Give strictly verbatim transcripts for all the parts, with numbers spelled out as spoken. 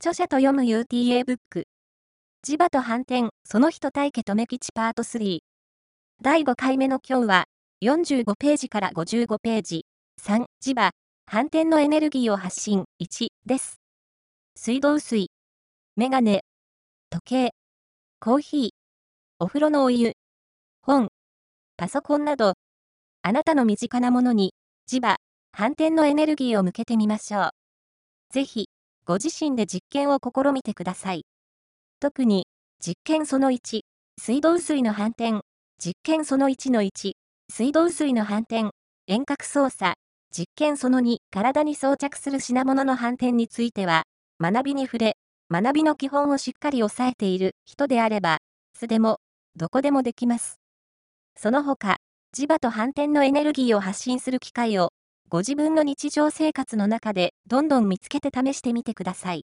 著者と読む ユーティーエー ブック。磁場と反転、その人大家留吉パートスリー。だいごかいめの今日は、よんじゅうごページからごじゅうごページ。さん、磁場、反転のエネルギーを発信、いちです。水道水、メガネ、時計、コーヒー、お風呂のお湯、本、パソコンなど、あなたの身近なものに、磁場、反転のエネルギーを向けてみましょう。ぜひ、ご自身で実験を試みてください。特に、実験そのいち、水道水の反転。実験そのいちのいち、水道水の反転。遠隔操作。実験そのに、体に装着する品物の反転については、学びに触れ、学びの基本をしっかり押さえている人であれば、いつでも、どこでもできます。その他、磁場と反転のエネルギーを発信する機会を、ご自分の日常生活の中でどんどん見つけて試してみてください。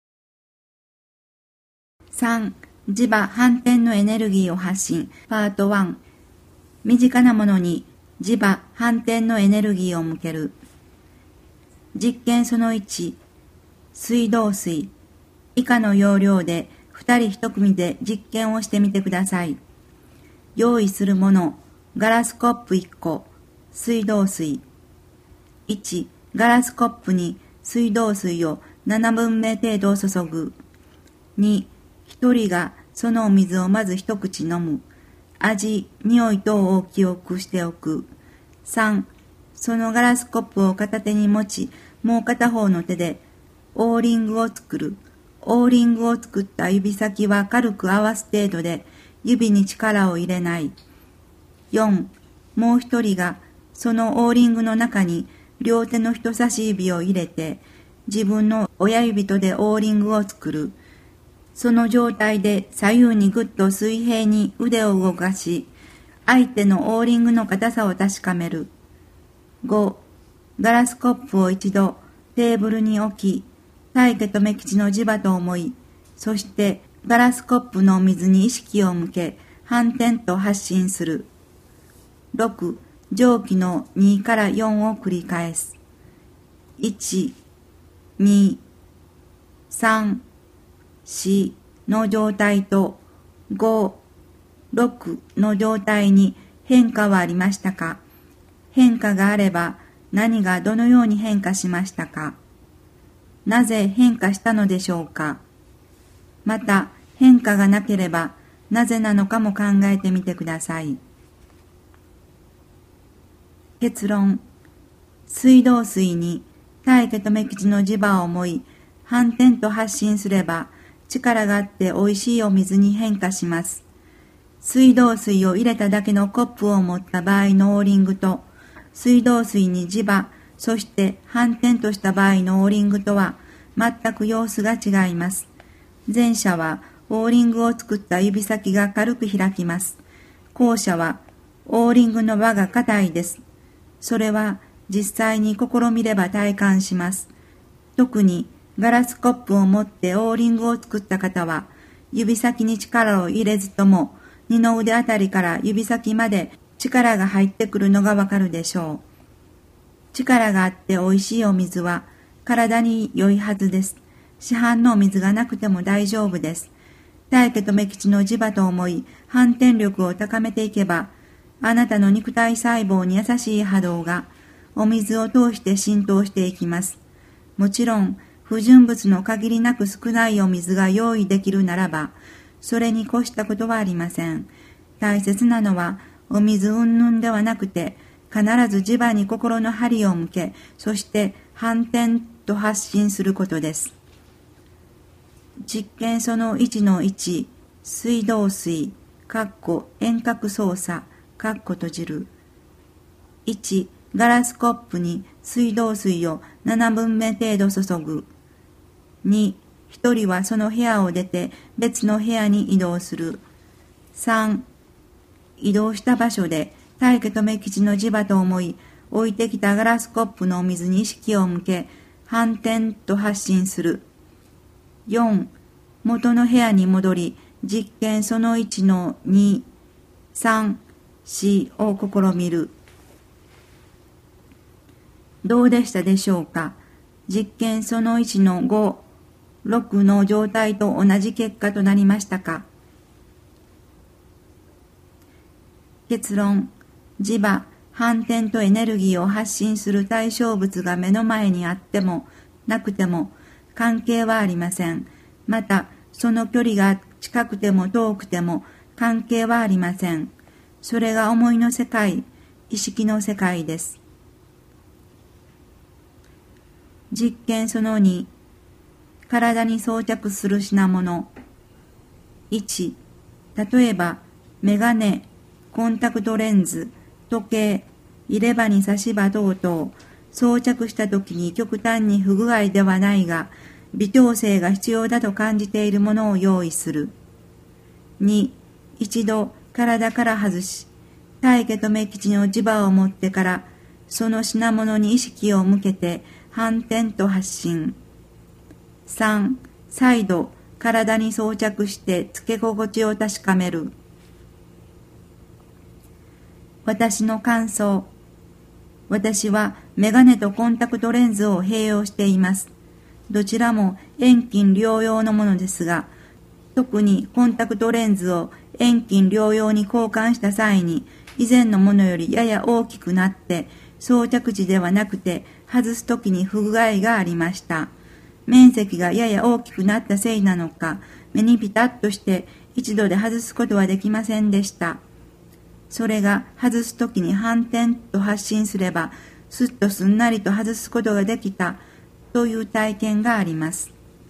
さん. 磁場反転のエネルギーを発信パートワン。身近なものに磁場反転のエネルギーを向ける。実験そのいち、水道水。以下の要領でふたりいち組で実験をしてみてください。用意するもの、ガラスコップいっこ、水道水。いち. ガラスコップに水道水をななぶんめ程度注ぐ。に. ひとりがそのお水をまず一口飲む。味、匂い等を記憶しておく。さん. そのガラスコップを片手に持ち、もう片方の手でオーリングを作る。オーリングを作った指先は軽く合わす程度で指に力を入れない。よん. もう一人がそのオーリングの中に両手の人差し指を入れて自分の親指とでオーリングを作る。その状態で左右にぐっと水平に腕を動かし、相手のオーリングの硬さを確かめる。ご. ガラスコップを一度テーブルに置き、大家留吉の磁場と思い、そしてガラスコップのお水に意識を向け、反転と発信する。ろく. 上記のにからよんを繰り返す。いち、に、さん、よんの状態とご、ろくの状態に変化はありましたか？変化があれば何がどのように変化しましたか？なぜ変化したのでしょうか？また変化がなければなぜなのかも考えてみてください。結論。水道水に大家留吉の磁場を思い、反転と発信すれば、力があっておいしいお水に変化します。水道水を入れただけのコップを持った場合のオーリングと、水道水に磁場、そして反転とした場合のオーリングとは、全く様子が違います。前者は、オーリングを作った指先が軽く開きます。後者は、オーリングの輪が硬いです。それは、実際に試みれば体感します。特に、ガラスコップを持ってオーリングを作った方は、指先に力を入れずとも、二の腕あたりから指先まで力が入ってくるのがわかるでしょう。力があっておいしいお水は、体に良いはずです。市販のお水がなくても大丈夫です。大家留吉の磁場と思い、反転力を高めていけば、あなたの肉体細胞に優しい波動が、お水を通して浸透していきます。もちろん、不純物の限りなく少ないお水が用意できるならば、それに越したことはありません。大切なのは、お水云々ではなくて、必ず磁場に心の針を向け、そして反転と発信することです。実験そのいちのいち、水道水、かっこ遠隔操作、かっこ閉じる。いち、ガラスコップに水道水をななぶんめ程度注ぐ。に、ひとりはその部屋を出て別の部屋に移動する。さん、移動した場所で大家留吉の磁場と思い、置いてきたガラスコップのお水に意識を向け、反転と発信する。よん、元の部屋に戻り、実験そのいちのに、さん、よんを試みる。どうでしたでしょうか？実験そのいちのご、 ろくの状態と同じ結果となりましたか。結論、磁場、反転とエネルギーを発信する対象物が目の前にあってもなくても関係はありません。また、その距離が近くても遠くても関係はありません。それが思いの世界、意識の世界です。実験そのに、体に装着する品物。いち、例えば、メガネ、コンタクトレンズ、時計、入れ歯に差し歯等々、装着したときに極端に不具合ではないが、微調整が必要だと感じているものを用意する。に、一度体から外し、大家留吉の磁場を持ってから、その品物に意識を向けて反転と発信。さん、再度体に装着してつけ心地を確かめる。私の感想。私はメガネとコンタクトレンズを併用しています。どちらも遠近両用のものですが、特にコンタクトレンズを遠近両用に交換した際に、以前のものよりやや大きくなって、装着時ではなくて外すときに不具合がありました。面積がやや大きくなったせいなのか、目にピタッとして一度で外すことはできませんでした。それが外すときに反転と発信すれば、すっとすんなりと外すことができたという体験があります。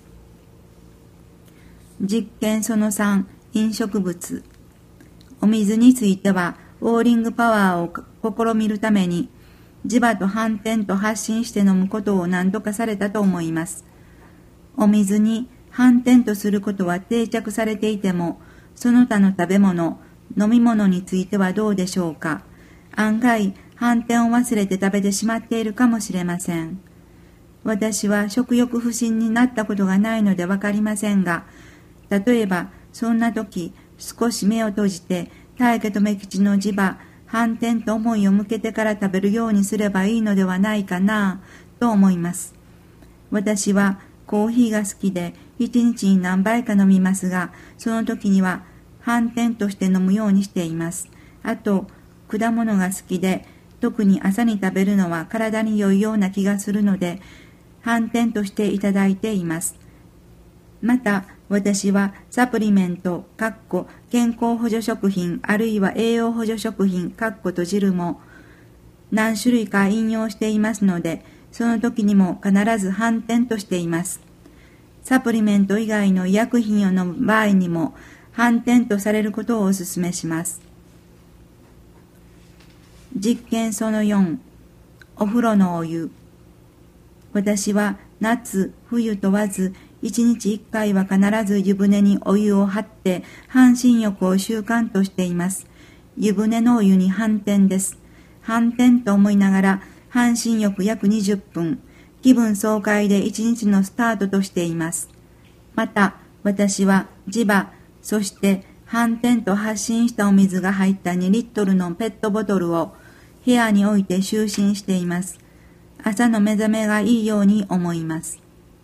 実験そのさん、飲食物。お水については、オーリングパワーを試みるために、磁場と反転と発信して飲むことを何度かされたと思います。お水に反転とすることは定着されていても、その他の食べ物、飲み物についてはどうでしょうか。案外、反転を忘れて食べてしまっているかもしれません。私は食欲不振になったことがないのでわかりませんが、例えば、そんな時、少し目を閉じて、大家留吉の磁場、反転と思いを向けてから食べるようにすればいいのではないかな、と思います。私はコーヒーが好きで、一日に何杯か飲みますが、その時には反転として飲むようにしています。あと、果物が好きで、特に朝に食べるのは体に良いような気がするので、反転としていただいています。また、私はサプリメント、かっこ健康補助食品あるいは栄養補助食品、かっこ閉じるも何種類か引用していますので、その時にも必ず反転としています。サプリメント以外の医薬品を飲む場合にも反転とされることをお勧めします。実験そのよん、お風呂のお湯。私は夏、冬問わず、一日一回は必ず湯船にお湯を張って半身浴を習慣としています。湯船のお湯に反転です。反転と思いながら半身浴約にじゅっぷん、気分爽快で一日のスタートとしています。また、私は磁場、そして反転と発信したお水が入ったにリットルのペットボトルを部屋に置いて就寝しています。朝の目覚めがいいように思います。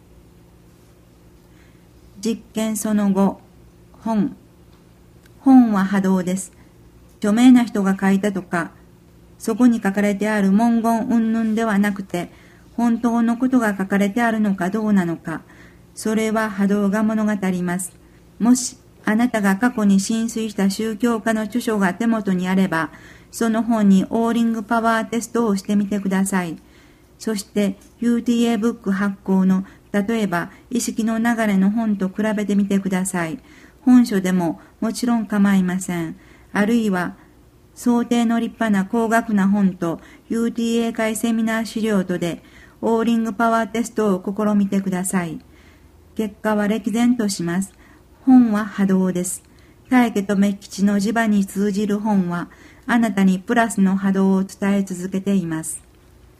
実験そのご、本。本は波動です。著名な人が書いたとか、そこに書かれてある文言云々ではなくて、本当のことが書かれてあるのかどうなのか、それは波動が物語ります。もし、あなたが過去に浸水した宗教家の著書が手元にあれば、その本にオーリングパワーテストをしてみてください。そして、ユーティーエー ブック発行の例えば、意識の流れの本と比べてみてください。本書でももちろん構いません。あるいは、想定の立派な高額な本と ユーティーエー 会セミナー資料とで、オーリングパワーテストを試みてください。結果は歴然とします。本は波動です。大家留吉の磁場に通じる本は、あなたにプラスの波動を伝え続けています。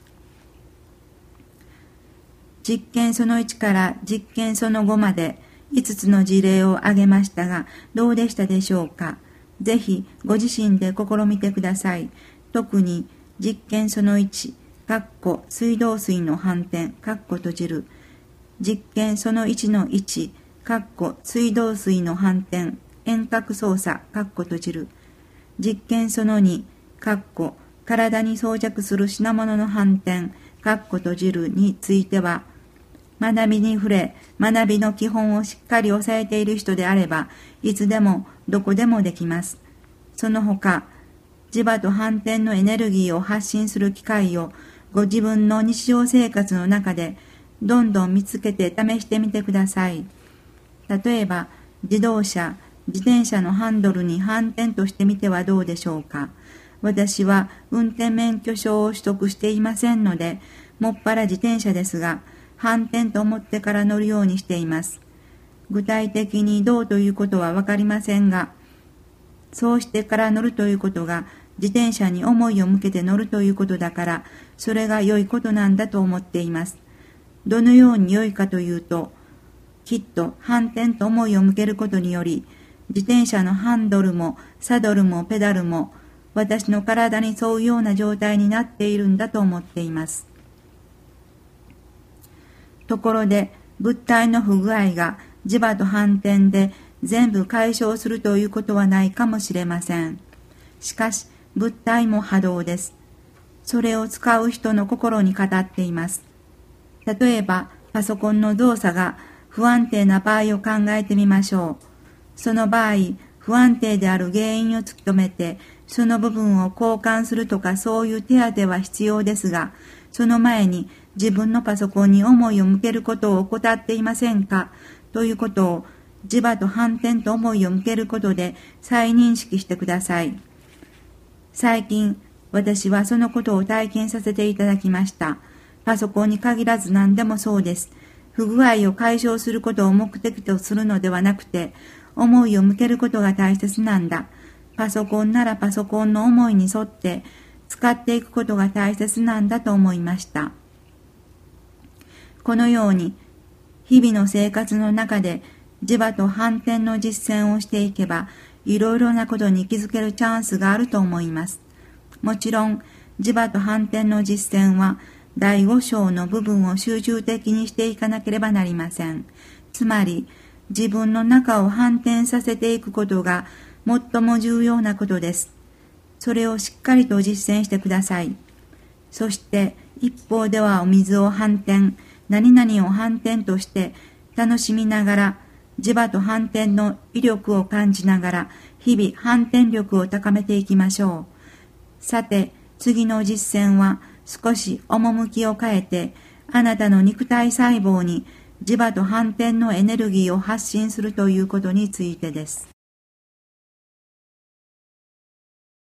実験そのいちから実験そのごまでいつつの事例を挙げましたが、どうでしたでしょうか。ぜひご自身で試みてください。特に実験そのいち、かっこ水道水の反転、かっこ閉じる。 実験そのいちのいち、かっこ水道水の反転、遠隔操作、かっこ閉じる。実験そのに、かっこ体に装着する品物の反転、かっこ閉じるについては、学びに触れ、学びの基本をしっかり押さえている人であれば、いつでもどこでもできます。その他、磁場と反転のエネルギーを発信する機会をご自分の日常生活の中でどんどん見つけて試してみてください。例えば、自動車、自転車のハンドルに反転としてみてはどうでしょうか。私は運転免許証を取得していませんので、もっぱら自転車ですが、反転と思ってから乗るようにしています。具体的にどうということはわかりませんが、そうしてから乗るということが自転車に思いを向けて乗るということだから、それが良いことなんだと思っています。どのように良いかというと、きっと反転と思いを向けることにより、自転車のハンドルもサドルもペダルも私の体に沿うような状態になっているんだと思っています。ところで、物体の不具合が磁場と反転で全部解消するということはないかもしれません。しかし、物体も波動です。それを使う人の心に語っています。例えば、パソコンの動作が不安定な場合を考えてみましょう。その場合、不安定である原因を突き止めて、その部分を交換するとかそういう手当は必要ですが、その前に自分のパソコンに思いを向けることを怠っていませんかということを磁場と反転と思いを向けることで再認識してください。最近、私はそのことを体験させていただきました。パソコンに限らず何でもそうです。不具合を解消することを目的とするのではなくて、思いを向けることが大切なんだ。パソコンならパソコンの思いに沿って使っていくことが大切なんだと思いました。このように、日々の生活の中で磁場と反転の実践をしていけば、いろいろなことに気づけるチャンスがあると思います。もちろん、磁場と反転の実践は、だいご章の部分を集中的にしていかなければなりません。つまり、自分の中を反転させていくことが最も重要なことです。それをしっかりと実践してください。そして、一方ではお水を反転、何々を反転として楽しみながら、磁場と反転の威力を感じながら、日々反転力を高めていきましょう。さて、次の実践は少し趣を変えて、あなたの肉体細胞に磁場と反転のエネルギーを発信するということについてです。